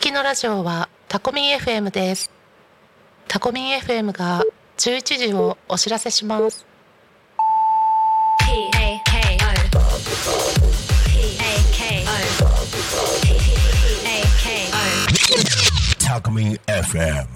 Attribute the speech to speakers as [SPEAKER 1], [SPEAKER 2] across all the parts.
[SPEAKER 1] きのラジオはタコミン FM です。タコミン FM が11時をお知らせします。
[SPEAKER 2] タコミン FM。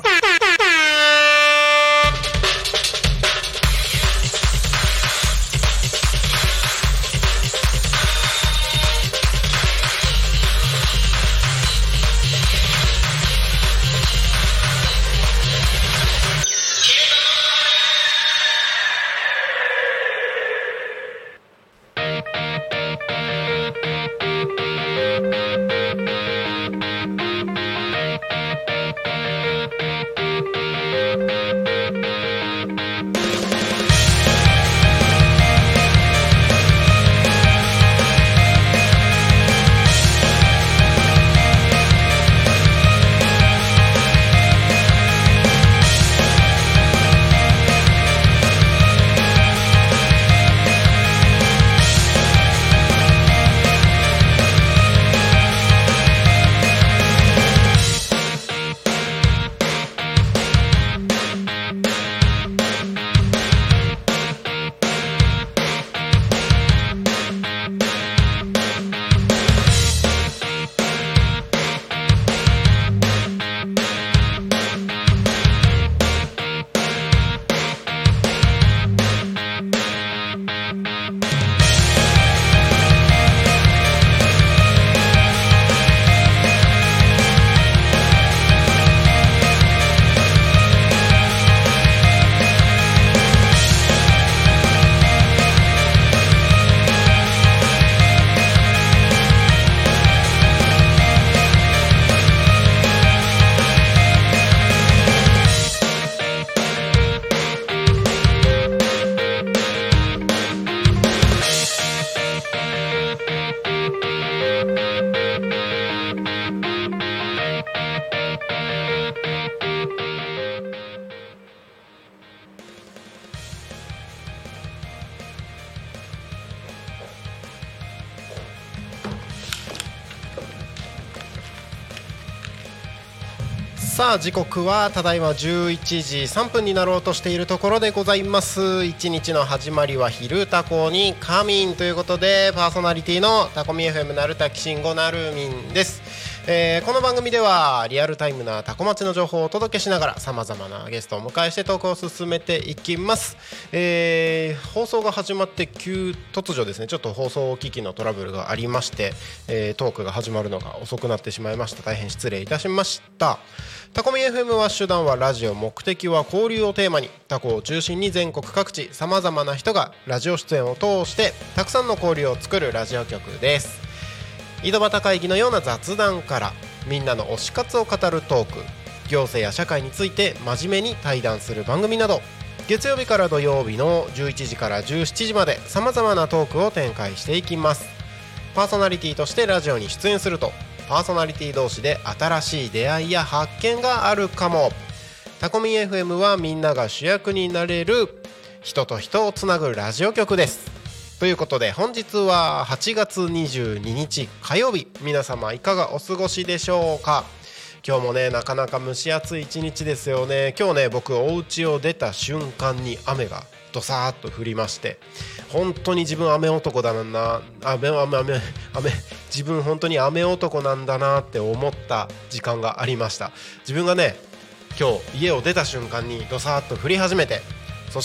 [SPEAKER 2] さあ時刻はただいま11時3分になろうとしているところでございます。一日の始まりは昼タコにカミンということで、パーソナリティのタコミ FM なるたきしんごなるみんです。この番組ではリアルタイムなタコ町の情報をお届けしながら様々なゲストをお迎えしてトークを進めていきます。放送が始まって突如ですね、ちょっと放送機器のトラブルがありまして、トークが始まるのが遅くなってしまいました。大変失礼いたしました。タコミ FM は手段はラジオ、目的は交流をテーマに、タコを中心に全国各地さまざまな人がラジオ出演を通してたくさんの交流を作るラジオ局です。井戸端会議のような雑談からみんなの推し活を語るトーク、行政や社会について真面目に対談する番組など、月曜日から土曜日の11時から17時までさまざまなトークを展開していきます。パーソナリティとしてラジオに出演すると、パーソナリティ同士で新しい出会いや発見があるかも。タコミ FM はみんなが主役になれる人と人をつなぐラジオ局です。ということで本日は8月22日火曜日、皆様いかがお過ごしでしょうか。今日もねなかなか蒸し暑い一日ですよね。今日ね僕お家を出た瞬間に雨がドサーッと降りまして、本当に自分雨男だな、自分本当に雨男なんだなって思った時間がありました。自分がね今日家を出た瞬間にドサーッと降り始めて、そして、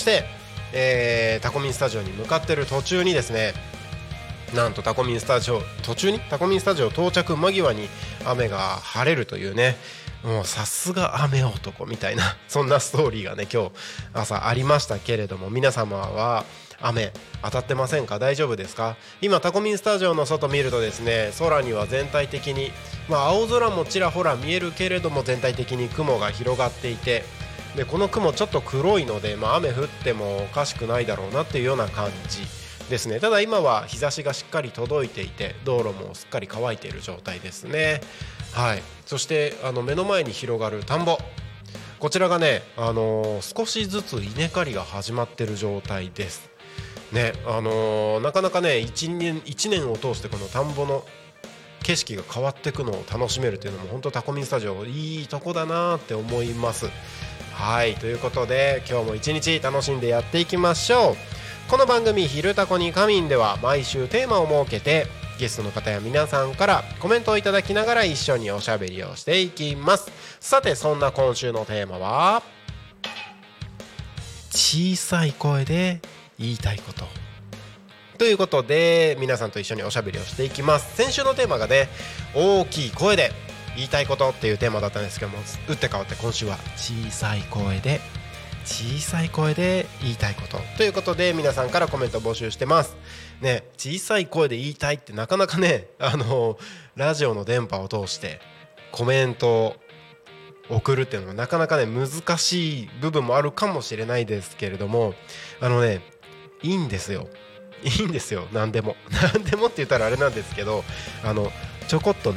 [SPEAKER 2] タコミンスタジオに向かってる途中にですね、なんとタコミンスタジオ到着間際に雨が晴れるというね、もうさすが雨男みたいなそんなストーリーがね今日朝ありましたけれども、皆様は雨当たってませんか？大丈夫ですか？今タコミンスタジオの外見るとですね、空には全体的に、青空もちらほら見えるけれども全体的に雲が広がっていて、でこの雲ちょっと黒いので、雨降ってもおかしくないだろうなっていうような感じですね。ただ今は日差しがしっかり届いていて、道路もすっかり乾いている状態ですね。はい。そして目の前に広がる田んぼ、こちらがね、少しずつ稲刈りが始まっている状態ですね。なかなかね1年を通してこの田んぼの景色が変わっていくのを楽しめるというのも本当タコミンスタジオいいとこだなって思います。はい、ということで今日も一日楽しんでやっていきましょう。この番組ひるタコにカミンでは毎週テーマを設けてゲストの方や皆さんからコメントをいただきながら一緒におしゃべりをしていきます。さてそんな今週のテーマは小さい声で言いたいことということで皆さんと一緒におしゃべりをしていきます。先週のテーマがね大きい声で言いたいことっていうテーマだったんですけども、打って変わって今週は小さい声で言いたいことということで皆さんからコメントを募集してますね。小さい声で言いたいってなかなかねラジオの電波を通してコメントを送るっていうのはなかなかね難しい部分もあるかもしれないですけれども、いいんですよ何でもって言ったらあれなんですけど、ちょこっと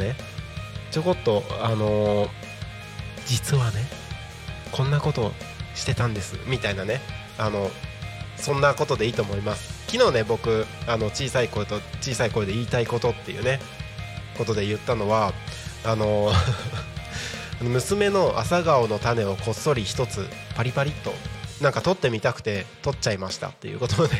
[SPEAKER 2] 実はねこんなことしてたんですみたいなね、そんなことでいいと思います。昨日ね僕小さい声で言いたいことっていうねことで言ったのは娘の朝顔の種をこっそり一つパリパリっとなんか取ってみたくて取っちゃいましたっていうことで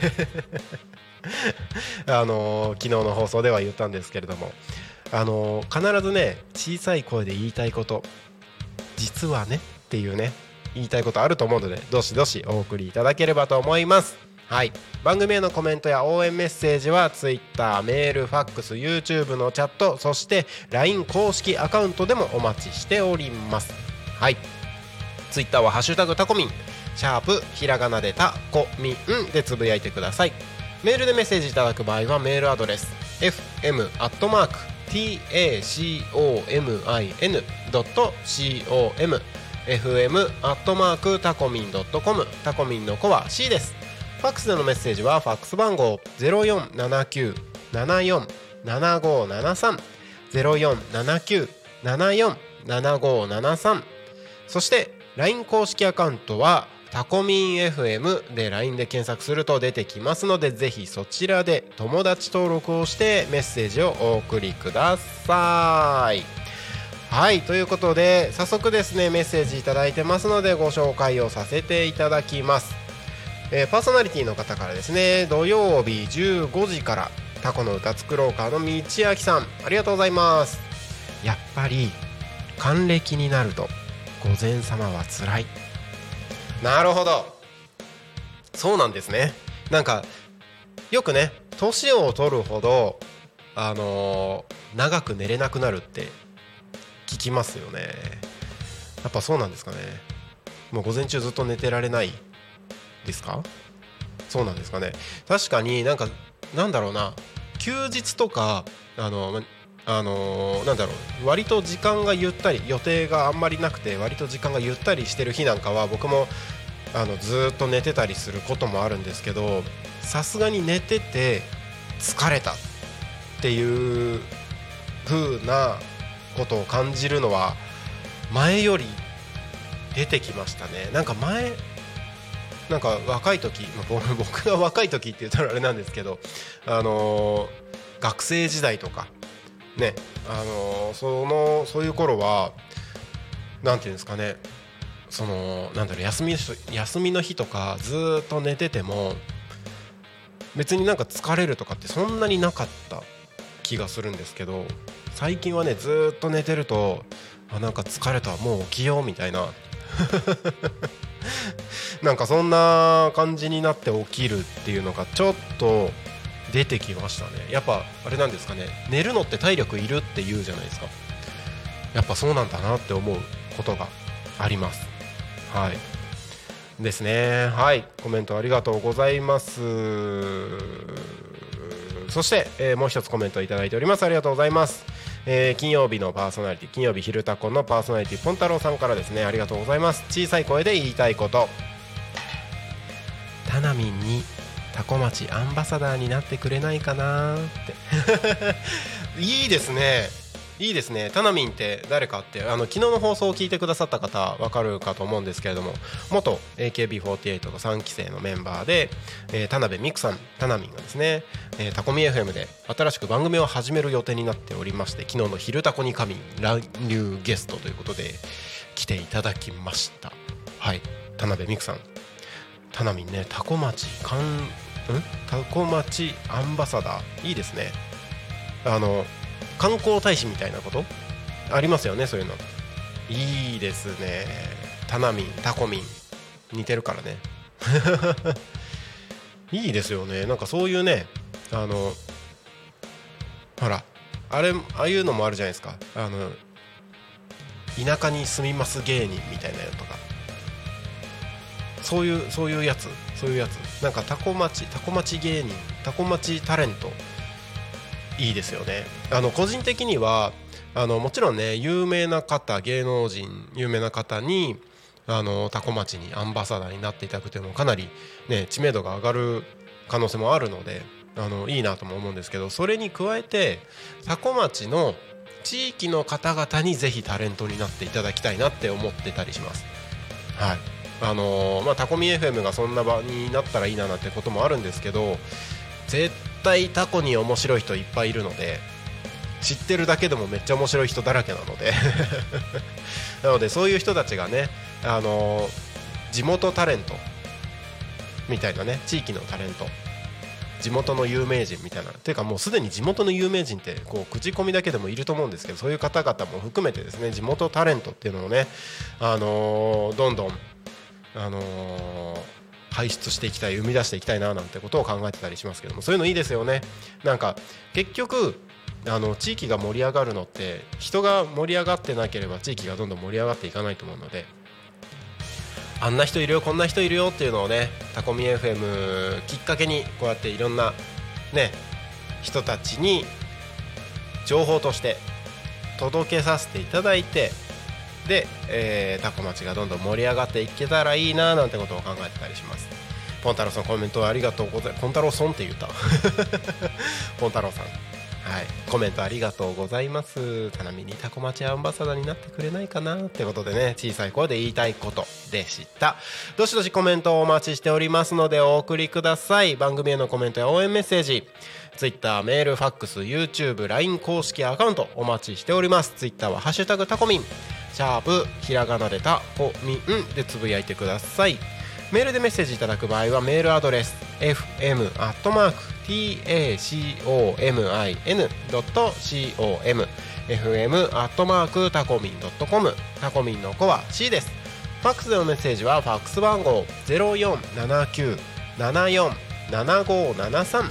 [SPEAKER 2] 昨日の放送では言ったんですけれども、必ずね小さい声で言いたいこと実はねっていうね言いたいことあると思うのでどしどしお送りいただければと思います。はい、番組へのコメントや応援メッセージは Twitter、メール、ファックス、YouTube のチャット、そして LINE 公式アカウントでもお待ちしております。はい、Twitter はハッシュタグタコミンひらがなでタコミンでつぶやいてください。メールでメッセージいただく場合はメールアドレス fm@tacomin.com fm@tacomin.com タコミンの子は C です。ファックスでのメッセージはファックス番号 0479747573 0479747573、そして LINE 公式アカウントはタコミン FM で LINE で検索すると出てきますので、ぜひそちらで友達登録をしてメッセージをお送りください。はい、ということで早速ですねメッセージいただいてますのでご紹介をさせていただきます。パーソナリティの方からですね、土曜日15時からタコの歌作ろうかの道明さん、ありがとうございます。やっぱり還暦になると午前様はつらい。なるほど、そうなんですね。なんかよくね年を取るほど長く寝れなくなるって聞きますよね。やっぱそうなんですかね。もう午前中ずっと寝てられないですか。そうなんですかね。確かになんだろうな、休日とかなんだろう、割と時間がゆったり、予定があんまりなくて割と時間がゆったりしてる日なんかは僕もずっと寝てたりすることもあるんですけど、さすがに寝てて疲れたっていう風なことを感じるのは前より出てきましたね。なんか若い時、僕が若い時って言ったらあれなんですけど、学生時代とかね、そういう頃はなんていうんですかね、休みの日とかずっと寝てても別に疲れるとかってそんなになかった気がするんですけど、最近はねずっと寝てると疲れた、もう起きようみたいなそんな感じになって起きるっていうのがちょっと出てきましたね。やっぱあれなんですかね、寝るのって体力いるって言うじゃないですか。やっぱそうなんだなって思うことがあります。はいですね。はい、コメントありがとうございます。そして、もう一つコメントいただいております。ありがとうございます。金曜日のパーソナリティ、金曜日昼タコのパーソナリティポンタロウさんからですね、ありがとうございます。小さい声で言いたいこと、タナミンにタコ町アンバサダーになってくれないかなっていいですね。 いいですね。タナミンって誰かって昨日の放送を聞いてくださった方わかるかと思うんですけれども、元 AKB48 の3期生のメンバーで、田辺美久さん、タナミンがですね、タコミ FM で新しく番組を始める予定になっておりまして、昨日の昼タコに神乱入ゲストということで来ていただきました。はい、田辺美久さん、タナミンね、タコ町アンバサダー、いいですね。観光大使みたいなことありますよね、そういうの。いいですね。タナミン、タコミン似てるからねいいですよね。なんかそういうね、ほらああいうのもあるじゃないですか。田舎に住みます芸人みたいなやつとか、そういうやつなんかタコ町芸人、タコ町タレント、いいですよね。個人的にはもちろんね、有名な方、芸能人有名な方にタコ町にアンバサダーになっていただくというのもかなり、ね、知名度が上がる可能性もあるのでいいなとも思うんですけど、それに加えてタコ町の地域の方々にぜひタレントになっていただきたいなって思ってたりします。はい、タコミ FM がそんな場になったらいいななんてこともあるんですけど、絶対タコに面白い人いっぱいいるので、知ってるだけでもめっちゃ面白い人だらけなのでなのでそういう人たちがね、地元タレントみたいなね、地域のタレント、地元の有名人みたいな、ていうかもうすでに地元の有名人ってこう口コミだけでもいると思うんですけど、そういう方々も含めてですね、地元タレントっていうのをね、どんどん輩出していきたい、生み出していきたいななんてことを考えてたりしますけども、そういうのいいですよね。なんか結局地域が盛り上がるのって、人が盛り上がってなければ地域がどんどん盛り上がっていかないと思うので、あんな人いるよ、こんな人いるよっていうのをね、タコミ FM きっかけにこうやっていろんなね人たちに情報として届けさせていただいて、で、タコ町がどんどん盛り上がっていけたらいいななんてことを考えてたりします。ポンタロウさん、コメントありがとうございます。ポンタロウソンって言ったポンタロウさん、はい、コメントありがとうございます。タナミにタコ町アンバサダーになってくれないかなってことでね、小さい声で言いたいことでした。どしどしコメントをお待ちしておりますのでお送りください。番組へのコメントや応援メッセージ、Twitter、メール、ファックス、YouTube、LINE 公式アカウントお待ちしております。 Twitter はハッシュタグタコミン、シャープひらがなでタコミンでつぶやいてください。メールでメッセージいただく場合はメールアドレス fm@tacomin.com fm@tacomin.com、 タコミンの子は C です。ファックスでのメッセージはファックス番号 0479747573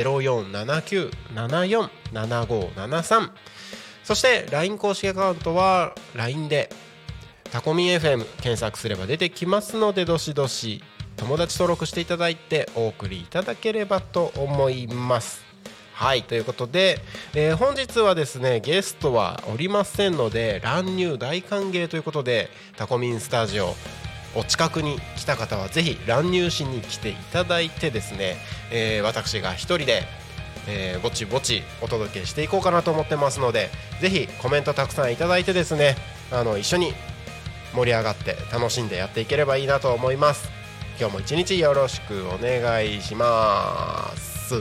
[SPEAKER 2] 0479747573、そして LINE 公式アカウントは LINE でタコミン FM 検索すれば出てきますので、どしどし友達登録していただいてお送りいただければと思います。はい、ということで、本日はですねゲストはおりませんので、乱入大歓迎ということで、タコミンスタジオお近くに来た方はぜひ乱入しに来ていただいてですね、私が一人でぼちぼちお届けしていこうかなと思ってますので、ぜひコメントたくさんいただいてですね、一緒に盛り上がって楽しんでやっていければいいなと思います。今日も一日よろしくお願いします。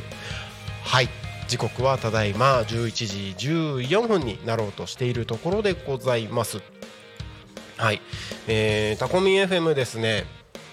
[SPEAKER 2] はい、時刻はただいま11時14分になろうとしているところでございます。はい、タコミン FM ですね、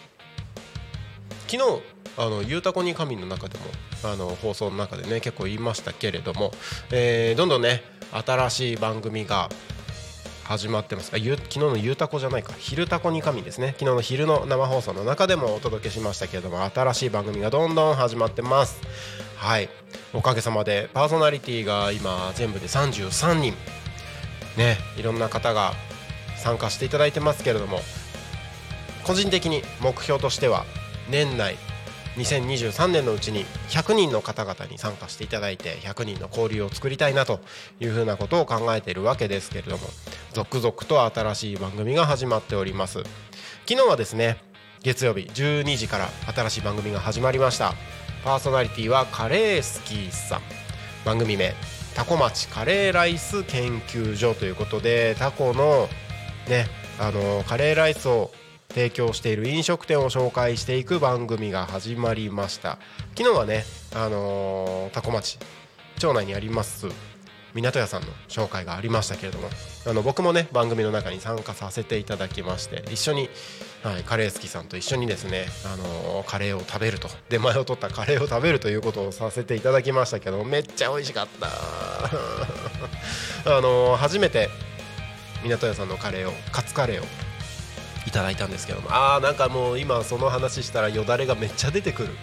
[SPEAKER 2] 昨日ゆうたこに神の中でも放送の中でね結構言いましたけれども、どんどんね新しい番組が始まってます。昨日のゆうたこじゃないか、昼たこに神ですね。昨日の昼の生放送の中でもお届けしましたけれども、新しい番組がどんどん始まってます。はい、おかげさまでパーソナリティが今全部で33人ね、いろんな方が参加していただいてますけれども、個人的に目標としては年内2023年のうちに100人の方々に参加していただいて、100人の交流を作りたいなというふうなことを考えているわけですけれども、続々と新しい番組が始まっております。昨日はですね月曜日12時から新しい番組が始まりました。パーソナリティはカレースキーさん、番組名タコ町カレーライス研究所ということで、タコのねカレーライスを提供している飲食店を紹介していく番組が始まりました。昨日はね、タコ町町内にあります港屋さんの紹介がありましたけれども、僕もね番組の中に参加させていただきまして、一緒に、カレー好きさんと一緒にですね、カレーを食べると、出前を取ったカレーを食べるということをさせていただきましたけど、めっちゃ美味しかった初めて港屋さんのカレーをカツカレーをいただいたんですけども、なんかもう今その話したらよだれがめっちゃ出てくる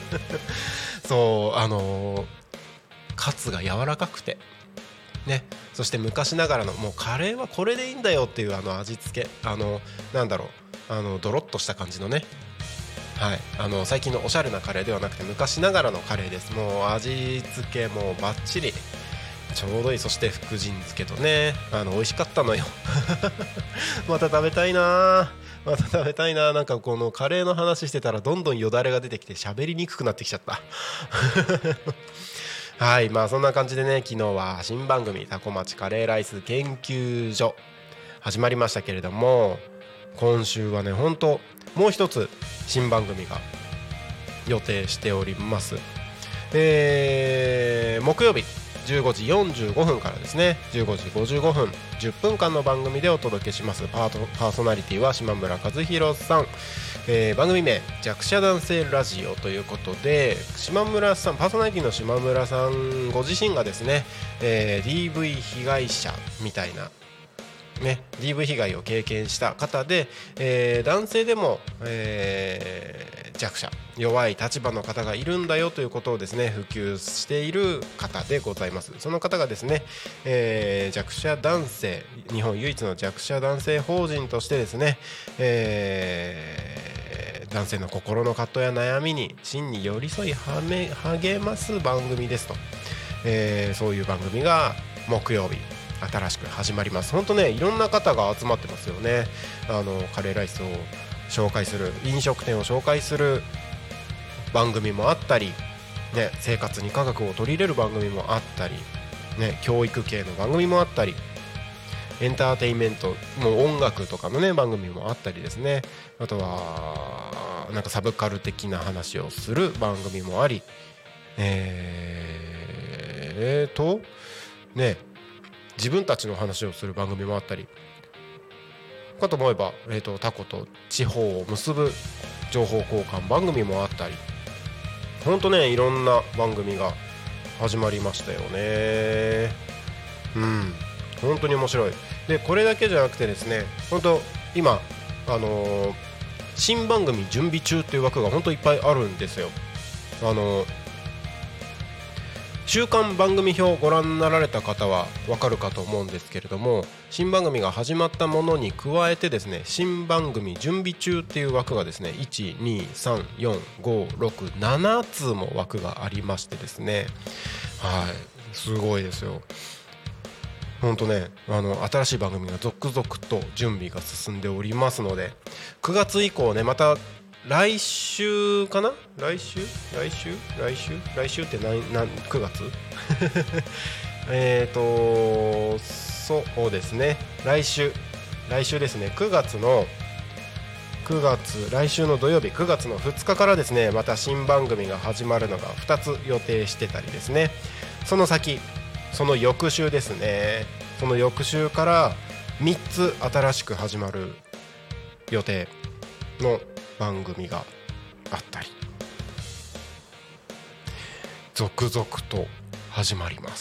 [SPEAKER 2] そうカツが柔らかくてね、そして昔ながらのもうカレーはこれでいいんだよっていう味付け、なんだろうドロッとした感じのね、最近のおしゃれなカレーではなくて昔ながらのカレーです。もう味付けもバッチリちょうどいい。そして福神漬けとね美味しかったのよまた食べたいな、なんかこのカレーの話してたらどんどんよだれが出てきて喋りにくくなってきちゃったはい、そんな感じでね、昨日は新番組タコ町カレーライス研究所始まりましたけれども、今週はね本当もう一つ新番組が予定しております。木曜日15時45分からですね、15時55分10分間の番組でお届けします。パーソナリティは島村和弘さん、番組名弱者男性ラジオということで、島村さん、パーソナリティの島村さんご自身がですね、DV 被害者みたいなね、DV 被害を経験した方で、男性でも、弱者弱い立場の方がいるんだよということをですね普及している方でございます。その方がですね、弱者男性、日本唯一の弱者男性法人としてですね、男性の心の葛藤や悩みに真に寄り添い励ます番組ですと、そういう番組が木曜日新しく始まります。本当ね、いろんな方が集まってますよね。カレーライスを紹介する、飲食店を紹介する番組もあったり、ね、生活に科学を取り入れる番組もあったり、ね、教育系の番組もあったり、エンターテインメント、もう音楽とかのね番組もあったりですね、あとはなんかサブカル的な話をする番組もあり、ね、自分たちの話をする番組もあったりかと思えば、タコと地方を結ぶ情報交換番組もあったり、ほんとねいろんな番組が始まりましたよね。本当に面白い。でこれだけじゃなくてですね、本当今新番組準備中っていう枠が本当いっぱいあるんですよ。週刊番組表をご覧になられた方はわかるかと思うんですけれども、新番組が始まったものに加えてですね、新番組準備中っていう枠がですね 1,2,3,4,5,6,7 つも枠がありましてですね、すごいですよ。本当ね、新しい番組が続々と準備が進んでおりますので、9月以降ね、また来週かな、来週って9月そうですね、来週ですね、来週の土曜日9月の2日からですね、また新番組が始まるのが2つ予定してたりですね、その先、その翌週ですね、その翌週から3つ新しく始まる予定の番組があったり、続々と始まります。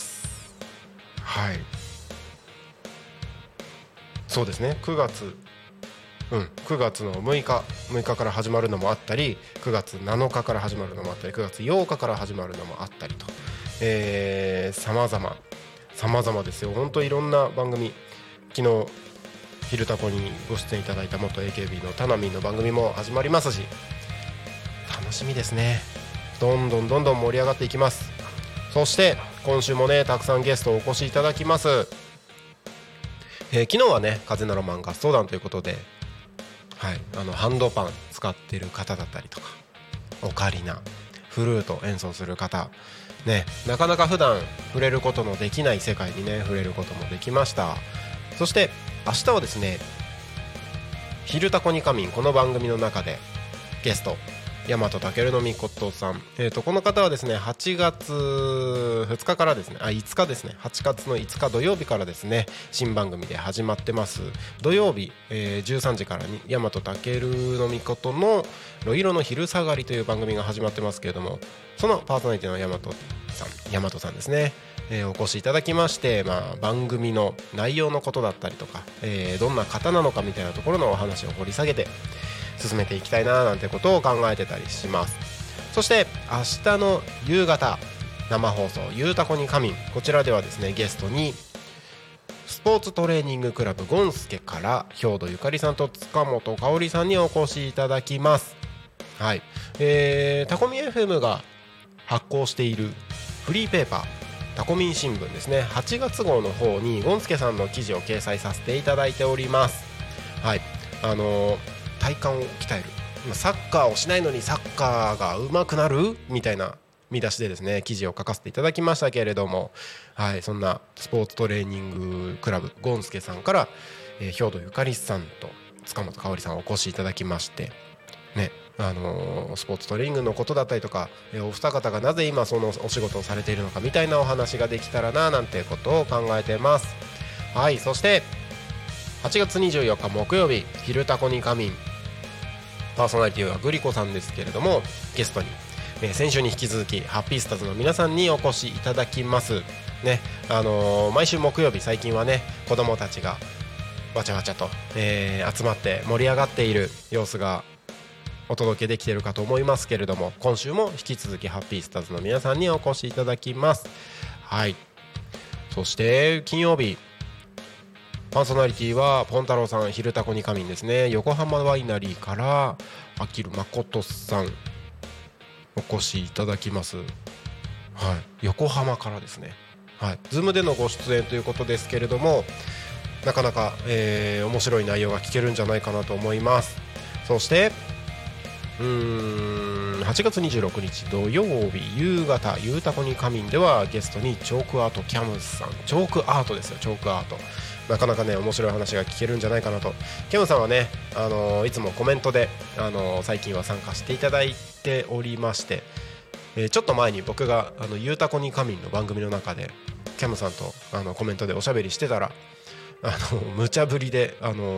[SPEAKER 2] そうですね、9月の6日から始まるのもあったり、9月7日から始まるのもあったり、9月8日から始まるのもあったりと、様々ですよ。本当いろんな番組、昨日ヒルタコにご出演いただいた元 AKB のタナミンの番組も始まりますし、楽しみですね。どんどん盛り上がっていきます。そして今週もねたくさんゲストをお越しいただきます。昨日はね風のロマン合奏団ということで、ハンドパン使っている方だったりとか、オカリナフルート演奏する方、 ね、なかなか普段触れることのできない世界にね触れることもできました。そして明日はですね、昼タコに仮眠、この番組の中でゲスト大和健のみことさん、この方はですね8月2日からですね5日ですね、8月の5日土曜日からですね新番組で始まってます。土曜日、13時からに大和健のみことのろいろの昼下がりという番組が始まってますけれども、そのパーソナリティの大和さんですね、お越しいただきまして、番組の内容のことだったりとか、どんな方なのかみたいなところのお話を掘り下げて進めていきたいななんてことを考えてたりします。そして明日の夕方生放送ゆうたこに仮眠、こちらではですねゲストにスポーツトレーニングクラブゴンスケから兵藤ゆかりさんと塚本香織さんにお越しいただきます。はい、タコミ FM が発行しているフリーペーパータコミン新聞ですね、8月号の方にゴンスケさんの記事を掲載させていただいております。はい、体幹を鍛える、サッカーをしないのにサッカーが上手くなるみたいな見出しでですね記事を書かせていただきましたけれども、はい、そんなスポーツトレーニングクラブゴンスケさんから、兵藤ゆかりさんと塚本香織さんをお越しいただきましてね、スポーツトレーニングのことだったりとか、お二方がなぜ今そのお仕事をされているのかみたいなお話ができたらななんてことを考えてます。はい、そして8月24日木曜日昼タコに仮眠、パーソナリティはグリコさんですけれども、ゲストに、先週に引き続きハッピースターズの皆さんにお越しいただきますね。毎週木曜日最近はね子供たちがわちゃわちゃと、集まって盛り上がっている様子がお届けできているかと思いますけれども、今週も引き続きハッピースターズの皆さんにお越しいただきます。はい、そして金曜日パーソナリティはポンタロウさん、昼タコに仮眠ですね、横浜ワイナリーからあきる誠さんお越しいただきます。はい、横浜からですね、はい、ズームでのご出演ということですけれども、なかなか、面白い内容が聞けるんじゃないかなと思います。そして8月26日土曜日夕方ゆうたこに仮眠ではゲストにチョークアートキャムさん、チョークアートですよ、チョークアート、なかなかね面白い話が聞けるんじゃないかなと。キャムさんはね、いつもコメントで、最近は参加していただいておりまして、ちょっと前に僕がゆうたこに仮眠の番組の中でキャムさんとコメントでおしゃべりしてたら無茶ぶりで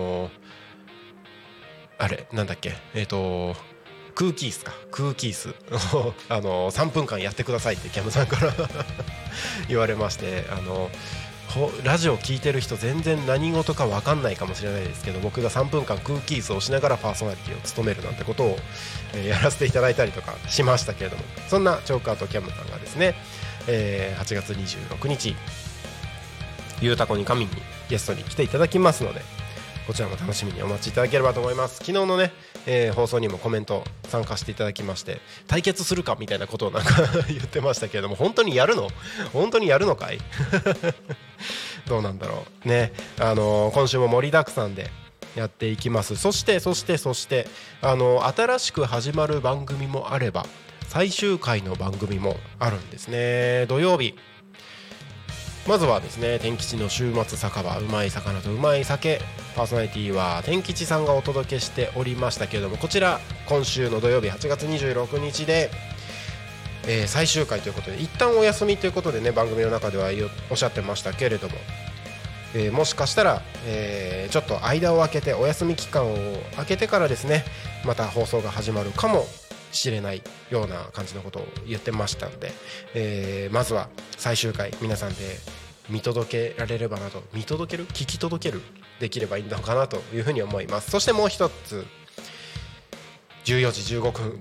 [SPEAKER 2] あれなんだっけ空気椅子3分間やってくださいってキャムさんから言われまして、ラジオ聞いてる人全然何事か分かんないかもしれないですけど、僕が3分間空気椅子をしながらパーソナリティを務めるなんてことを、やらせていただいたりとかしましたけれども、そんなチョーカーとキャムさんがですね、8月26日ゆうたこに仮眠にゲストに来ていただきますので、こちらも楽しみにお待ちいただければと思います。昨日のね、放送にもコメント参加していただきまして、対決するかみたいなことをなんか言ってましたけれども、本当にやるのかいどうなんだろうね。今週も盛りだくさんでやっていきます。そして新しく始まる番組もあれば最終回の番組もあるんですね。土曜日まずはですね、天吉の週末酒場、うまい魚とうまい酒、パーソナリティは天吉さんがお届けしておりましたけれども、こちら今週の土曜日8月26日で、最終回ということで一旦お休みということでね、番組の中ではおっしゃってましたけれども、もしかしたら、ちょっと間を空けてお休み期間を空けてからですね、また放送が始まるかもしれないような感じのことを言ってましたので、まずは最終回皆さんで見届けられればなと、聞き届けるできればいいのかなというふうに思います。そしてもう一つ14時15分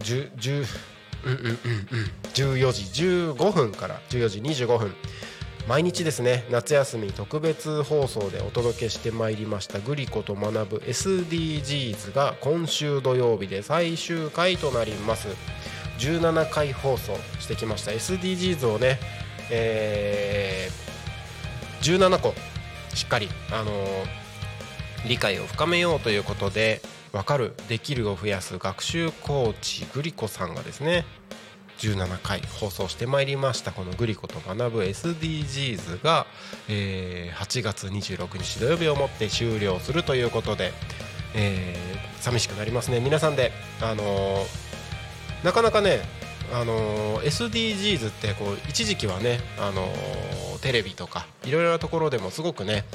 [SPEAKER 2] 14時15分から14時25分毎日ですね、夏休み特別放送でお届けしてまいりましたグリコと学ぶ SDGs が今週土曜日で最終回となります。17回放送してきました SDGs をね、17個しっかり、理解を深めようということで、分かるできるを増やす学習コーチグリコさんがですね 17回放送してまいりましたこのグリコと学ぶ SDGs が、8月26日土曜日をもって終了するということで、寂しくなりますね。皆さんで、なかなかね、SDGs ってこう一時期はね、テレビとかいろいろなところでもすごくね、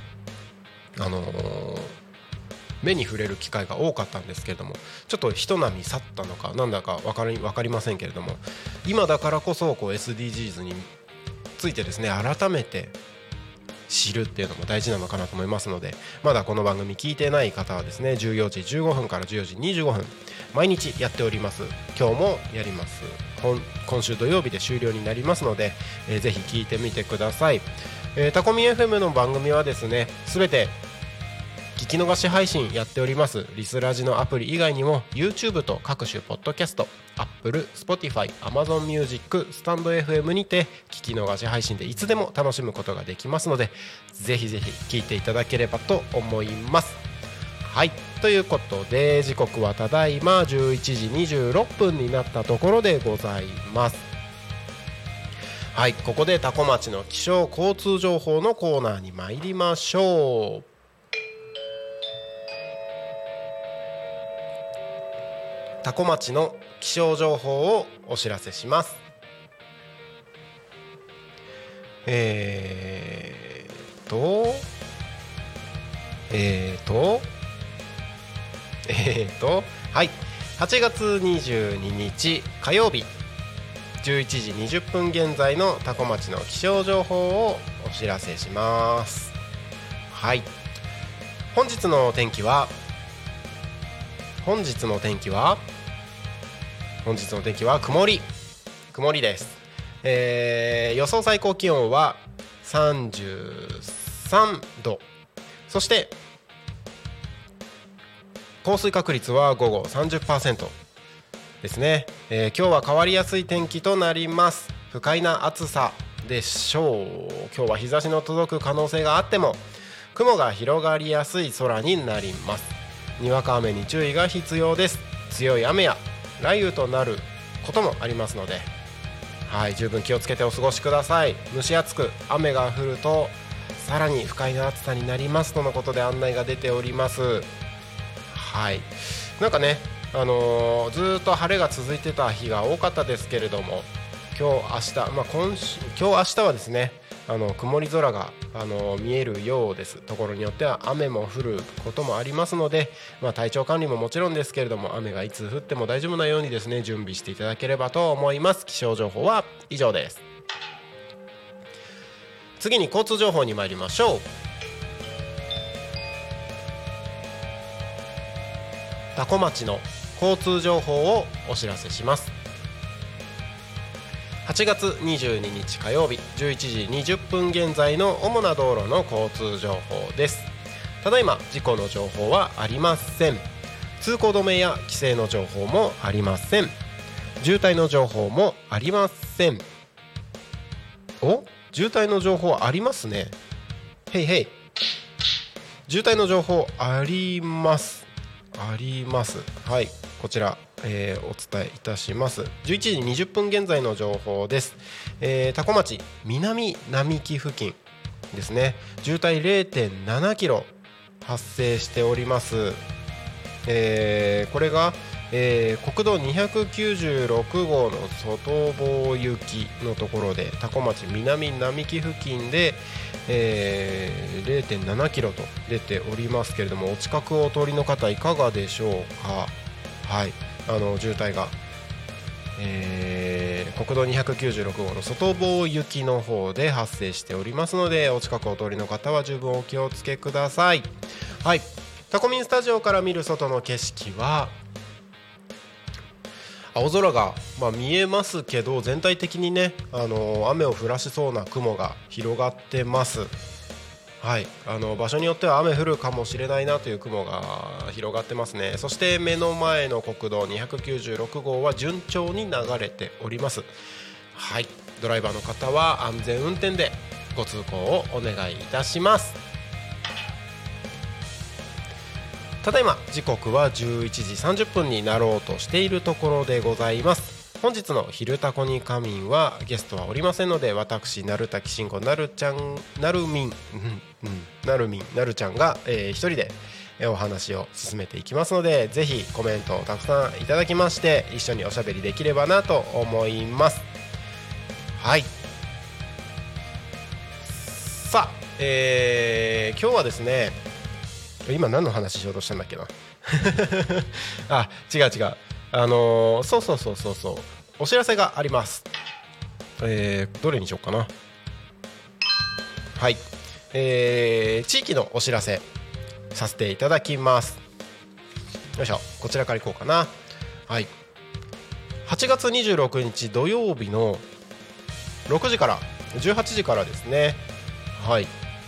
[SPEAKER 2] 目に触れる機会が多かったんですけれども、ちょっと人波去ったのかなんだか分かりませんけれども、今だからこそこう SDGs についてですね改めて知るっていうのも大事なのかなと思いますので、まだこの番組聞いてない方はですね14時15分から14時25分毎日やっております。今日もやります。今週土曜日で終了になりますので、ぜひ聞いてみてください。タコミ FM の番組はですねすべて聞き逃し配信やっております。リスラジのアプリ以外にも YouTube と各種ポッドキャスト、 Apple、Spotify、Amazon Music、スタンド FM にて聞き逃し配信でいつでも楽しむことができますので、ぜひぜひ聞いていただければと思います。はい、ということで時刻はただいま11時26分になったところでございます。はい、ここでタコ町の気象交通情報のコーナーに参りましょう。タコ町の気象情報をお知らせします。はい、8月22日火曜日11時20分現在のタコ町の気象情報をお知らせします。はい、本日の天気は曇りです。予想最高気温は33度、そして降水確率は午後 30% ですね。今日は変わりやすい天気となります。不快な暑さでしょう。今日は日差しの届く可能性があっても雲が広がりやすい空になります。にわか雨に注意が必要です。強い雨や雷雨となることもありますので、はい、十分気をつけてお過ごしください。蒸し暑く雨が降るとさらに不快な暑さになりますとのことで案内が出ております。はい、なんかね、ずっと晴れが続いてた日が多かったですけれども、今日明日はですね曇り空が見えるようです。ところによっては雨も降ることもありますので、体調管理ももちろんですけれども、雨がいつ降っても大丈夫なようにですね準備していただければと思います。気象情報は以上です。次に交通情報に参りましょう。タコ町の交通情報をお知らせします。8月22日火曜日11時20分現在の主な道路の交通情報です。ただいま事故の情報はありません。通行止めや規制の情報もありません。渋滞の情報もありません。渋滞の情報ありますね。へいへい。渋滞の情報ありますはい、こちら、お伝えいたします。11時20分現在の情報です。多古町南並木付近ですね、渋滞 0.7 キロ発生しております。これが、国道296号の外房行きのところで多古町南並木付近で、0.7 キロと出ておりますけれども、お近くをお通りの方いかがでしょうか。はい、渋滞が、国道296号の外房行きの方で発生しておりますので、お近くお通りの方は十分お気をつけください。はい、タコミンスタジオから見る外の景色は青空が、見えますけど、全体的にね、雨を降らしそうな雲が広がってます。はい、場所によっては雨降るかもしれないなという雲が広がってますね。そして目の前の国道296号は順調に流れております。はい、ドライバーの方は安全運転でご通行をお願いいたします。ただいま時刻は11時30分になろうとしているところでございます。 本日の昼タコに仮眠はゲストはおりませんので、私なるたきしんごなるちゃんなるみんなるちゃんが、一人でお話を進めていきますので、ぜひコメントをたくさんいただきまして一緒におしゃべりできればなと思います。はい、さあ、今日はですね、今何の話しようとしたんだっけなあ、違うそうお知らせがあります。どれにしようかな。はい、地域のお知らせさせていただきます。よいしょ、こちらからいこうかな。はい、8月26日土曜日の6時から18時からですね。はい、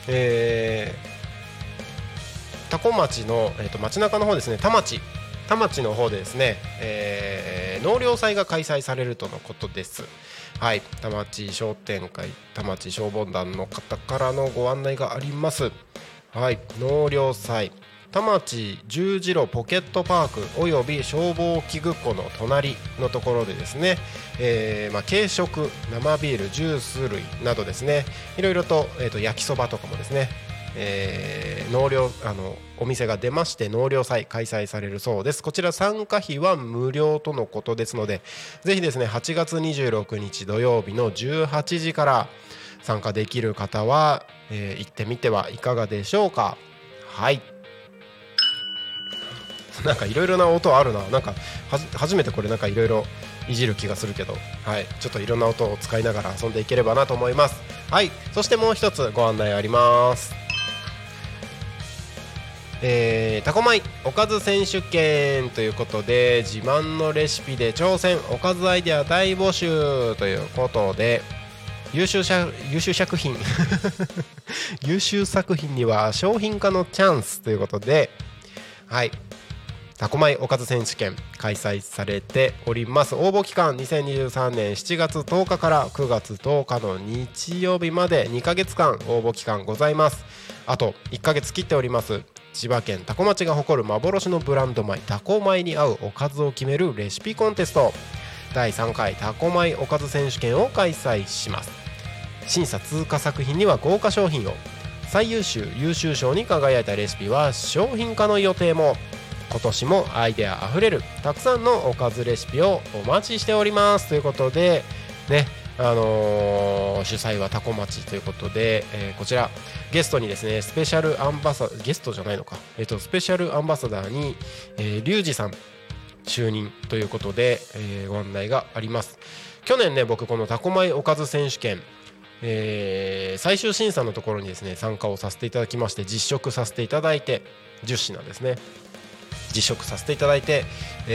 [SPEAKER 2] 多古町の、町中の方ですね、田町の方でですね、納涼祭が開催されるとのことです。はい、田町商店会田町消防団の方からのご案内があります。はい、納涼祭田町十字路ポケットパークおよび消防器具庫の隣のところでですね、軽食生ビールジュース類などですね、いろいろと、焼きそばとかもですね、納涼お店が出まして納涼祭開催されるそうです。こちら参加費は無料とのことですので、ぜひですね8月26日土曜日の18時から参加できる方は、行ってみてはいかがでしょうか。はい、なんかいろいろな音あるな。なんか初めてこれなんかいろいろいじる気がするけど、はい、ちょっといろんな音を使いながら遊んでいければなと思います。はい、そしてもう一つご案内あります。タコ米おかず選手権ということで、自慢のレシピで挑戦おかずアイデア大募集ということで、優秀作品優秀作品には商品化のチャンスということで、はい、タコ米おかず選手権開催されております。応募期間2023年7月10日から9月10日の日曜日まで2ヶ月間応募期間ございます。あと1ヶ月切っております。千葉県多古町が誇る幻のブランド米タコ米に合うおかずを決めるレシピコンテスト第3回タコ米おかず選手権を開催します。審査通過作品には豪華商品を、最優秀優秀賞に輝いたレシピは商品化の予定も。今年もアイデアあふれるたくさんのおかずレシピをお待ちしておりますということでね、主催はタコ町ということで、こちらゲストにですねスペシャルアンバサダーゲストじゃないのか、スペシャルアンバサダーに、リュウジさん就任ということで、ご案内があります。去年ね、僕このタコ米おかず選手権、最終審査のところにですね参加をさせていただきまして、実食させていただいて10品ですね実食させていただいて、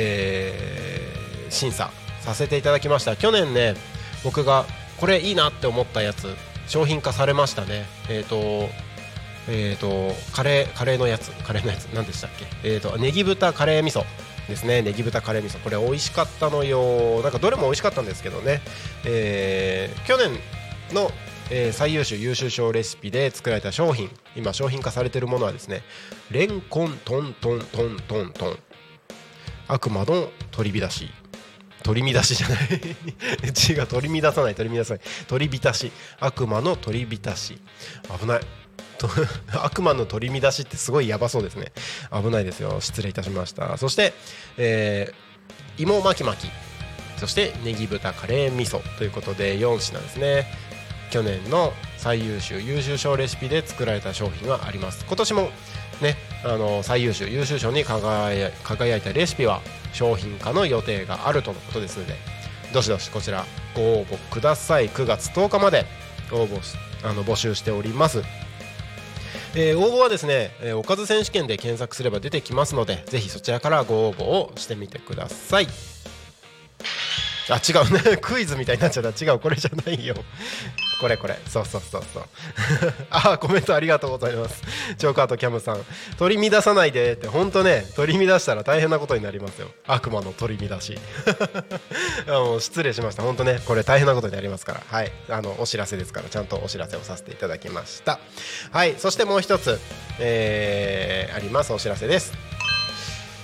[SPEAKER 2] 審査させていただきました。去年ね、僕がこれいいなって思ったやつ商品化されましたね。カレーのやつ何でしたっけ、ネギ豚カレー味噌ですね。ネギ豚カレー味噌、これ美味しかったのよ。なんかどれも美味しかったんですけどね、去年の最優秀優秀賞レシピで作られた商品、今商品化されているものはですね、レンコントントントントントン悪魔の取り乱しじゃない違う、取り乱さない取り浸し悪魔の取り浸し、危ない悪魔の取り乱しってすごいやばそうですね。危ないですよ、失礼いたしました。そして、芋巻き巻き、そしてネギ豚カレー味噌ということで4品ですね。去年の最優秀優秀賞レシピで作られた商品があります。今年もね、最優秀優秀賞に輝いたレシピは商品化の予定があるとのことですので、どしどしこちらご応募ください。9月10日まで募集しております。応募はですね、おかず選手権で検索すれば出てきますので、ぜひそちらからご応募をしてみてください。あ、違うねクイズみたいになっちゃった。違う、これじゃないよこれそうあ、コメントありがとうございます。チョーカートキャムさん、取り乱さないでって。本当ね、取り乱したら大変なことになりますよ。悪魔の取り乱しもう失礼しました。本当ね、これ大変なことになりますから。はい、お知らせですから、ちゃんとお知らせをさせていただきました。はい、そしてもう一つ、あります。お知らせです。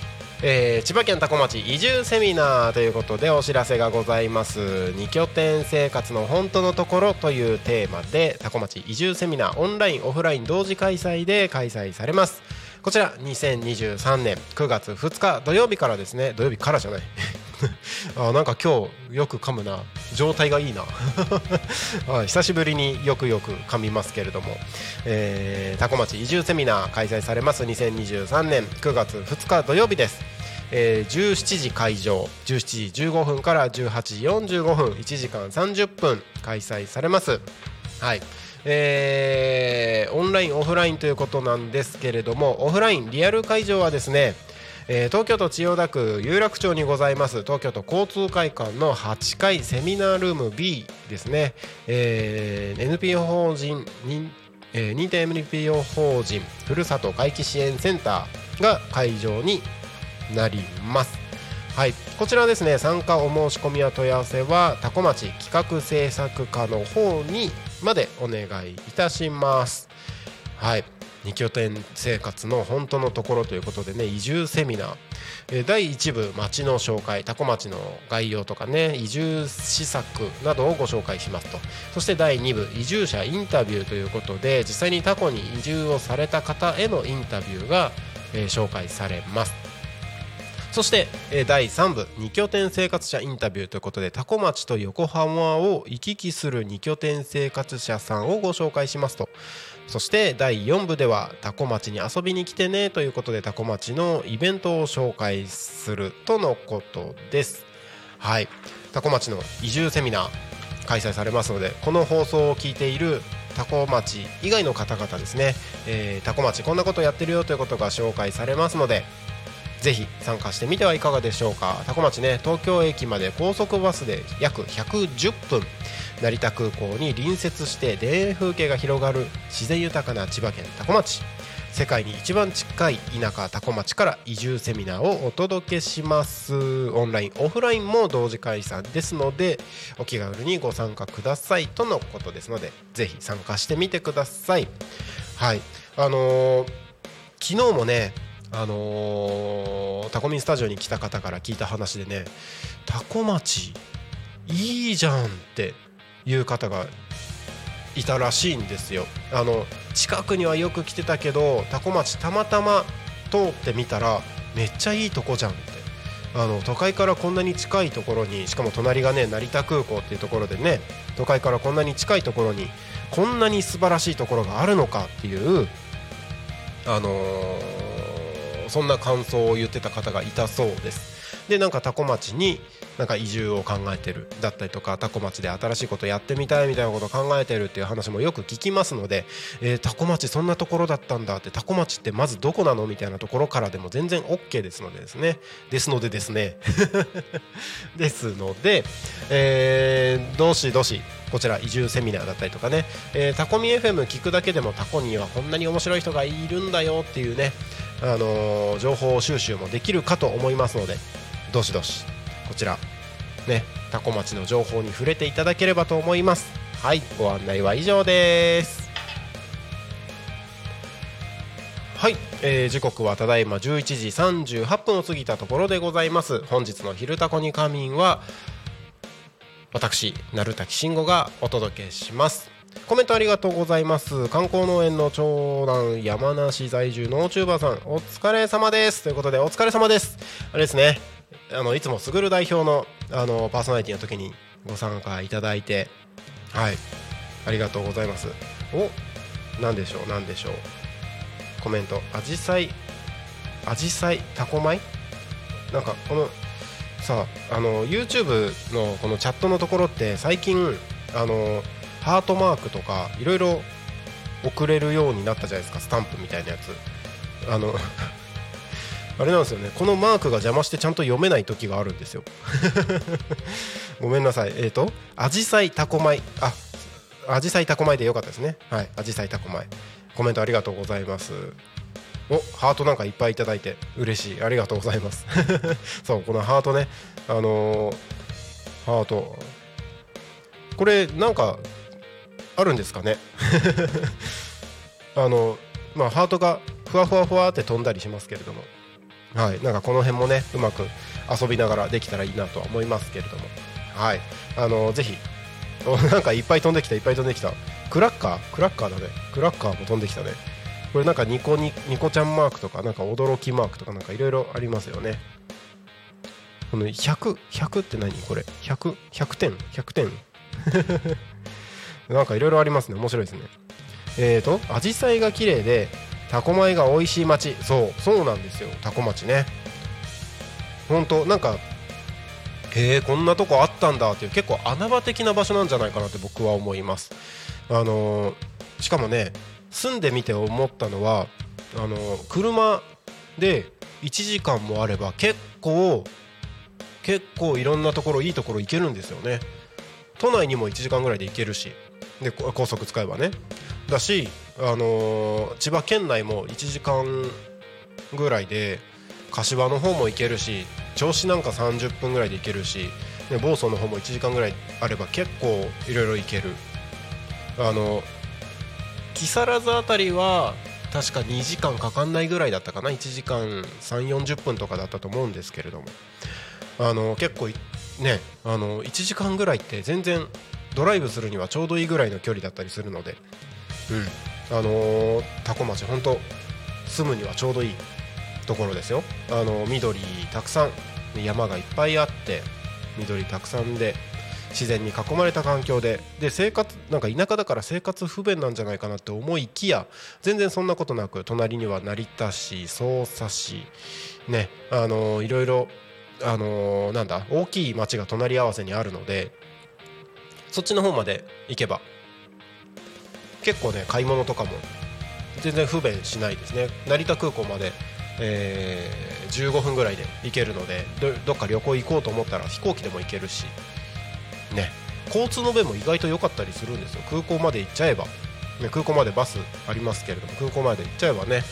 [SPEAKER 2] 千葉県多古町移住セミナーということでお知らせがございます。2拠点生活の本当のところというテーマで多古町移住セミナーオンラインオフライン同時開催で開催されます。こちら2023年9月2日土曜日からですね。土曜日からじゃないなんか今日よく噛むな、状態がいいな久しぶりによく噛みますけれども、多古町移住セミナー開催されます2023年9月2日土曜日です。17時会場、17時15分から18時45分1時間30分開催されます。はい、オンラインオフラインということなんですけれども、オフラインリアル会場はですね、東京都千代田区有楽町にございます東京都交通会館の8階セミナールーム B ですね。NPO 法人認定 NPO 法人ふるさと回帰支援センターが会場になります。はい、こちらですね、参加お申し込みや問い合わせは多古町企画制作課の方にまでお願いいたします。はい、2拠点生活の本当のところということでね、移住セミナー、第1部町の紹介、多古町の概要とかね、移住施策などをご紹介しますと。そして第2部移住者インタビューということで、実際に多古に移住をされた方へのインタビューが、紹介されます。そして、第3部2拠点生活者インタビューということで、多古町と横浜を行き来する2拠点生活者さんをご紹介しますと。そして第4部では多古町に遊びに来てねということで、多古町のイベントを紹介するとのことです。はい、多古町の移住セミナー開催されますので、この放送を聞いている多古町以外の方々ですね、多古町こんなことやってるよということが紹介されますので、ぜひ参加してみてはいかがでしょうか。多古町ね、東京駅まで高速バスで約110分、成田空港に隣接して田園風景が広がる自然豊かな千葉県多古町、世界に一番近い田舎多古町から移住セミナーをお届けします。オンラインオフラインも同時開催ですので、お気軽にご参加くださいとのことですので、ぜひ参加してみてください。はい、昨日もね、タコミンスタジオに来た方から聞いた話でね、多古町いいじゃんっていう方がいたらしいんですよ。近くにはよく来てたけど、多古町たまたま通ってみたらめっちゃいいとこじゃんって、都会からこんなに近いところに、しかも隣がね成田空港っていうところでね、都会からこんなに近いところにこんなに素晴らしいところがあるのかっていうそんな感想を言ってた方がいたそうです。で、なんか多古町になんか移住を考えてるだったりとか、多古町で新しいことやってみたいみたいなことを考えてるっていう話もよく聞きますので、多古町そんなところだったんだって、多古町ってまずどこなのみたいなところからでも全然 OK ですのでですねですのでどしどしこちら移住セミナーだったりとかね、タコミ FM 聞くだけでもタコにはこんなに面白い人がいるんだよっていうね、情報収集もできるかと思いますので、どしどしこちらね、多古町の情報に触れていただければと思います。はい、ご案内は以上です。はい、時刻はただいま11時38分を過ぎたところでございます。本日の昼タコに仮眠は私鳴滝慎吾がお届けします。コメントありがとうございます。観光農園の長男、山梨在住のチューバーさん、お疲れ様ですということで、お疲れ様です。あれですね、いつもすぐる代表のパーソナリティの時にご参加いただいて、はい、ありがとうございます。なんでしょうコメント、アジサイタコ米、なんかこのさあ、YouTube のこのチャットのところって最近ハートマークとかいろいろ送れるようになったじゃないですか、スタンプみたいなやつ。あれなんですよね、このマークが邪魔してちゃんと読めない時があるんですよごめんなさい。アジサイタコ米、アジサイタコ米でよかったですね。はい、アジサイタコ米、コメントありがとうございます。ハートなんかいっぱいいただいて嬉しい、ありがとうございますそう、このハートね、ハートこれなんかあるんですかねハートがふわふわふわって飛んだりしますけれども、 はい、なんかこの辺もねうまく遊びながらできたらいいなとは思いますけれども、はい、ぜひなんかいっぱい飛んできたクラッカーだね、クラッカーも飛んできたね。これなんかニコちゃんマークとかなんか驚きマークとかなんかいろいろありますよね。この100って何これ、100点なんかいろいろありますね。面白いですね。アジサイが綺麗でタコ米が美味しい町。そうなんですよ、タコ町ね。本当なんかこんなとこあったんだっていう結構穴場的な場所なんじゃないかなって僕は思います。しかもね住んでみて思ったのは車で1時間もあれば結構いろんなところいいところ行けるんですよね。都内にも1時間ぐらいで行けるし、で高速使えばねだし、千葉県内も1時間ぐらいで柏の方も行けるし、銚子なんか30分ぐらいで行けるし、で房総の方も1時間ぐらいあれば結構いろいろ行ける。木更津あたりは確か2時間かかんないぐらいだったかな、1時間3、40分とかだったと思うんですけれども、結構ね1時間ぐらいって全然ドライブするにはちょうどいいぐらいの距離だったりするので、多古町本当住むにはちょうどいいところですよ。緑たくさん、山がいっぱいあって緑たくさんで自然に囲まれた環境で生活なんか田舎だから生活不便なんじゃないかなって思いきや全然そんなことなく、隣には成田市、匝瑳市ね、いろいろなんだ大きい町が隣り合わせにあるので、そっちの方まで行けば結構ね買い物とかも全然不便しないですね。成田空港まで、15分ぐらいで行けるので、どっか旅行行こうと思ったら飛行機でも行けるしね、交通の便も意外と良かったりするんですよ。空港まで行っちゃえば、ね、空港までバスありますけれども空港まで行っちゃえばね、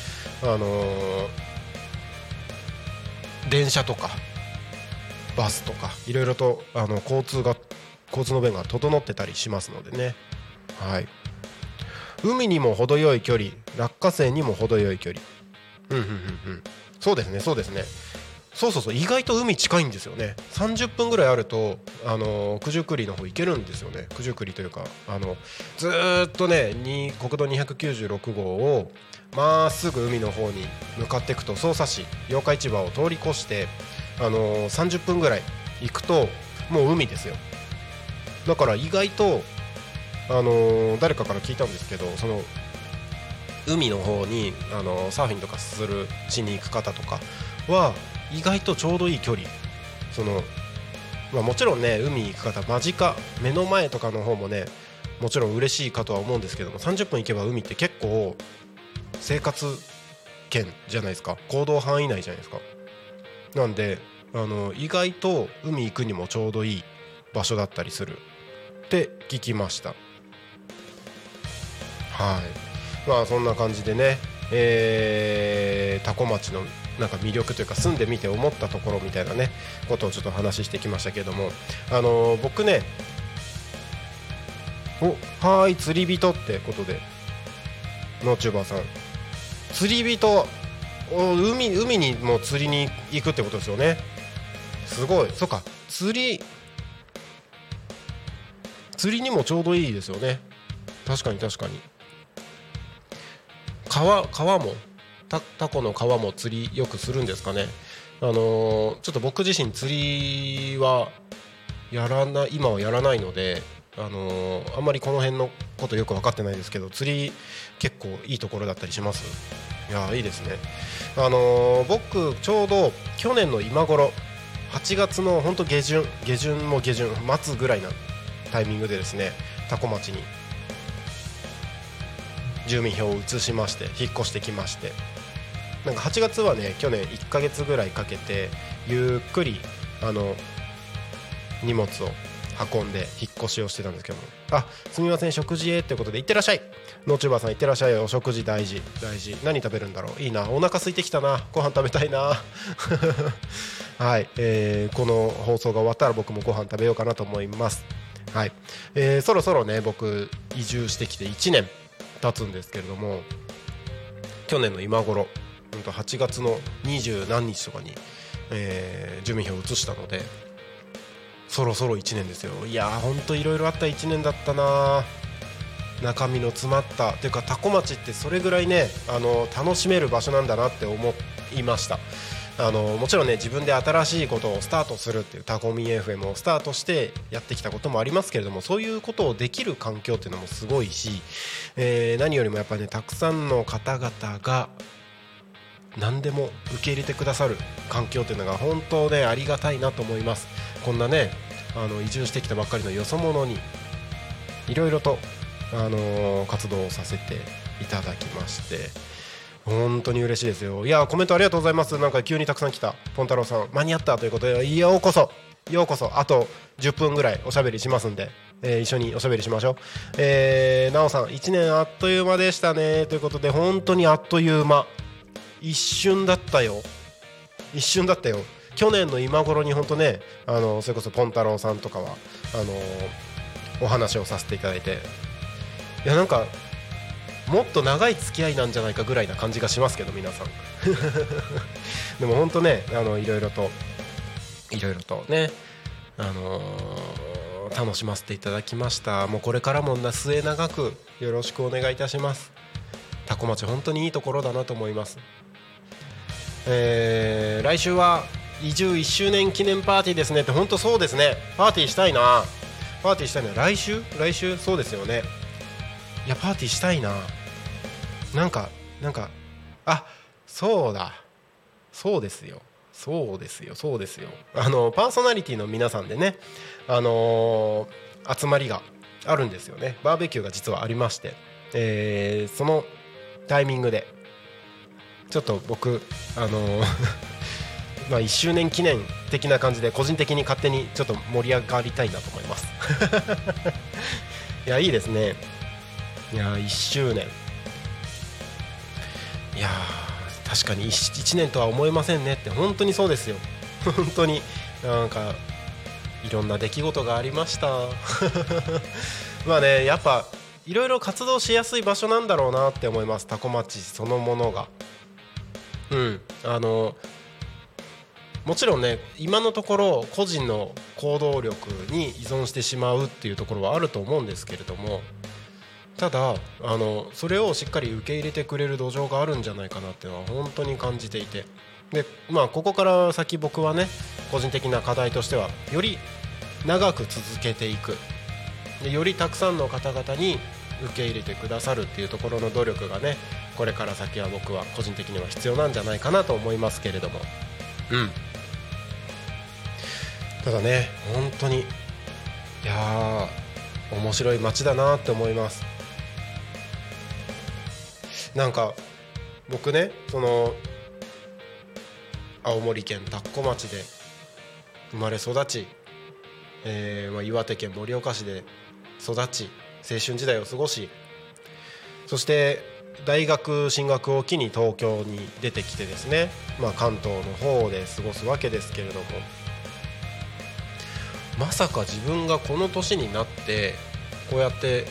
[SPEAKER 2] 電車とかバスとかいろいろと交通の便が整ってたりしますのでね、はい、海にも程よい距離、落花生にも程よい距離、そうですねそう意外と海近いんですよね。30分ぐらいあると九十九里の方行けるんですよね。九十九里というかずーっとね国道296号をまっすぐ海の方に向かっていくと匝瑳市八日市場を通り越して30分ぐらい行くともう海ですよ。だから意外と誰かから聞いたんですけど、その海の方にサーフィンとかしに行く方とかは意外とちょうどいい距離、もちろんね海行く方間近目の前とかの方もねもちろん嬉しいかとは思うんですけども、30分行けば海って結構生活圏じゃないですか、行動範囲内じゃないですか。なんで意外と海行くにもちょうどいい場所だったりするって聞きました。はい、そんな感じでね、多古町のなんか魅力というか住んでみて思ったところみたいなねことをちょっと話してきましたけれども、僕ねはーい釣り人ってことでノーチューバーさん釣り人、海にも釣りに行くってことですよね。すごい、そっか釣りにもちょうどいいですよね。確かに川もタコの川も釣りよくするんですかね。ちょっと僕自身釣りは今はやらないのであんまりこの辺のことよく分かってないですけど、釣り結構いいところだったりします？いやいいですね。僕ちょうど去年の今頃8月の本当下旬末ぐらいなタイミングでですね、多古町に住民票を移しまして引っ越してきまして、なんか8月はね去年1ヶ月ぐらいかけてゆっくり荷物を運んで引っ越しをしてたんですけども、すみません食事へってことで、いってらっしゃいノーチューバーさん、いってらっしゃい。お食事大事何食べるんだろう、いいな、お腹空いてきたな、ご飯食べたいなはい、この放送が終わったら僕もご飯食べようかなと思います。はい、そろそろね僕移住してきて1年経つんですけれども、去年の今頃 8月の20何日とかに、住民票を移したので、そろそろ1年ですよ。いやーほんといろいろあった1年だったな。中身の詰まったというか、多古町ってそれぐらいね楽しめる場所なんだなって思いました。もちろんね自分で新しいことをスタートするっていうタコミ FM をスタートしてやってきたこともありますけれども、そういうことをできる環境っていうのもすごいし、何よりもやっぱりねたくさんの方々が何でも受け入れてくださる環境っていうのが本当ねありがたいなと思います。こんなね移住してきたばっかりのよそ者にいろいろと、活動をさせていただきまして、本当に嬉しいですよ。いやコメントありがとうございます。なんか急にたくさん来た。ポンタロウさん間に合ったということで、ようこそあと10分ぐらいおしゃべりしますんで、一緒におしゃべりしましょう。なおさん1年あっという間でしたねということで、本当にあっという間、一瞬だったよ。去年の今頃に本当ねそれこそポンタロウさんとかはお話をさせていただいて、いやなんかもっと長い付き合いなんじゃないかぐらいな感じがしますけど皆さんでも本当ねいろいろとね楽しませていただきました。もうこれからも末永くよろしくお願いいたします。多古町本当にいいところだなと思います。来週は移住1周年記念パーティーですねって。本当そうですね、パーティーしたいな。来週そうですよね。いやパーティーしたいな。なんかそうですよパーソナリティの皆さんでね集まりがあるんですよね。バーベキューが実はありまして、そのタイミングでちょっと僕1周年記念的な感じで個人的に勝手にちょっと盛り上がりたいなと思いますいやいいですね。いや1周年、いや確かに 1年とは思えませんねって。本当にそうですよ。本当になんかいろんな出来事がありましたまあねやっぱいろいろ活動しやすい場所なんだろうなって思います。多古町そのものがもちろんね今のところ個人の行動力に依存してしまうっていうところはあると思うんですけれども、ただそれをしっかり受け入れてくれる土壌があるんじゃないかなっていうのは本当に感じていて、でここから先僕はね個人的な課題としてはより長く続けていく、でよりたくさんの方々に受け入れてくださるっていうところの努力がねこれから先は僕は個人的には必要なんじゃないかなと思いますけれども、ただね本当にいや面白い街だなって思います。なんか僕ね青森県田子町で生まれ育ち、岩手県盛岡市で育ち青春時代を過ごし、そして大学進学を機に東京に出てきてですね、関東の方で過ごすわけですけれども、まさか自分がこの年になってこうやって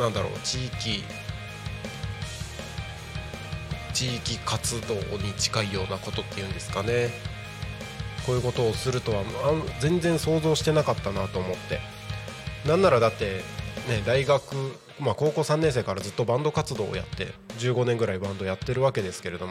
[SPEAKER 2] 地域活動に近いようなことっていうんですかね、こういうことをするとは全然想像してなかったなと思って。なんならだってね大学、高校3年生からずっとバンド活動をやって15年ぐらいバンドやってるわけですけれども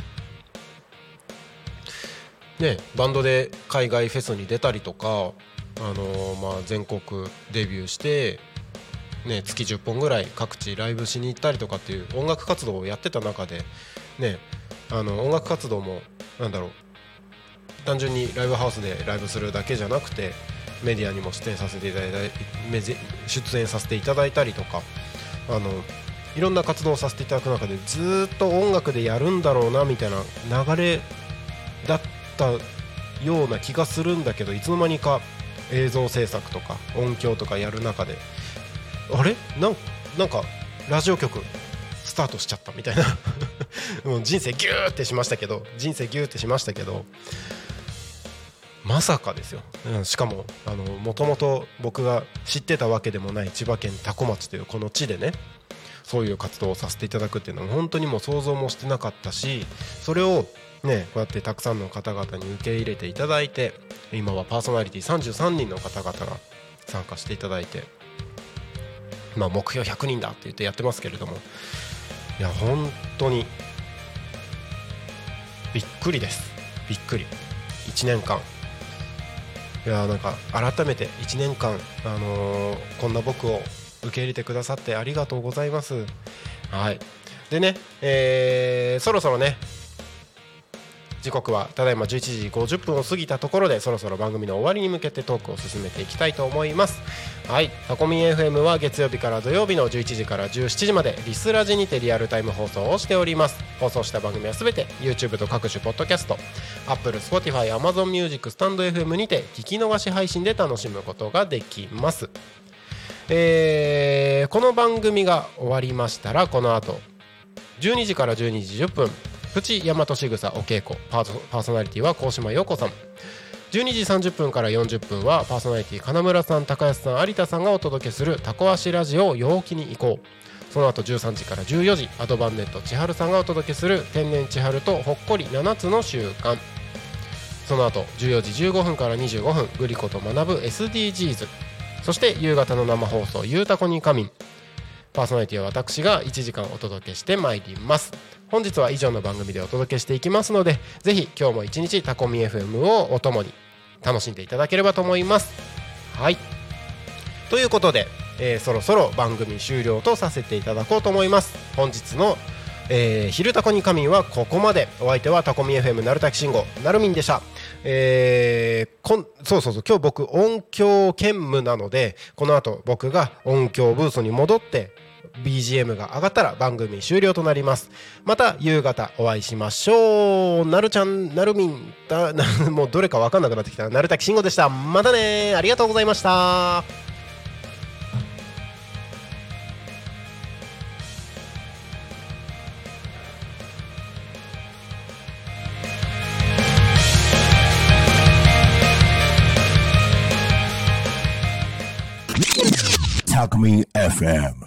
[SPEAKER 2] ね、バンドで海外フェスに出たりとか全国デビューしてね、月10本ぐらい各地ライブしに行ったりとかっていう音楽活動をやってた中でね、音楽活動も単純にライブハウスでライブするだけじゃなくてメディアにも出演させていただいたりとかいろんな活動をさせていただく中でずっと音楽でやるんだろうなみたいな流れだったような気がするんだけど、いつの間にか映像制作とか音響とかやる中であれなんかラジオ局スタートしちゃったみたいなもう人生ギューってしましたけどまさかですよ、しかももともと僕が知ってたわけでもない千葉県多古町というこの地でね、 そういう活動をさせていただくっていうのは本当にもう想像もしてなかったし、それをねこうやってたくさんの方々に受け入れていただいて、今はパーソナリティ33人の方々が参加していただいて、目標100人だって言ってやってますけれども、いや本当にびっくりです。びっくり。1年間、いやなんか改めて1年間、こんな僕を受け入れてくださってありがとうございます。はい。でね、そろそろね、時刻はただいま11時50分を過ぎたところで、そろそろ番組の終わりに向けてトークを進めていきたいと思います。はい、タコミン FM は月曜日から土曜日の11時から17時までリスラジにてリアルタイム放送をしております。放送した番組はすべて YouTube と各種ポッドキャスト、 Apple、Spotify、Amazon Music、StandFM にて聞き逃し配信で楽しむことができます。この番組が終わりましたら、この後12時から12時10分プチ大和しぐさお稽古、パーソナリティは高島陽子さん。12時30分から40分はパーソナリティ金村さん、高安さん、有田さんがお届けするタコ足ラジオ陽気に行こう。その後13時から14時、アドバンネット千春さんがお届けする天然千春とほっこり7つの習慣。その後14時15分から25分、グリコと学ぶ SDGs。 そして夕方の生放送ゆうたこに仮眠。パーソナリティは私が1時間お届けしてまいります。本日は以上の番組でお届けしていきますので、ぜひ今日も一日タコミ FM をお供に楽しんでいただければと思います。はい、ということで、そろそろ番組終了とさせていただこうと思います。本日の、昼タコに仮眠はここまで。お相手はタコミ FM なるたきしんごなるみんでした。そう今日僕音響兼務なので、この後僕が音響ブースに戻って BGM が上がったら番組終了となります。また夕方お会いしましょう。なるちゃん、なるみんだもうどれか分かんなくなってきた。なるたきしんごでした。またね、ありがとうございました。
[SPEAKER 3] タコミン FM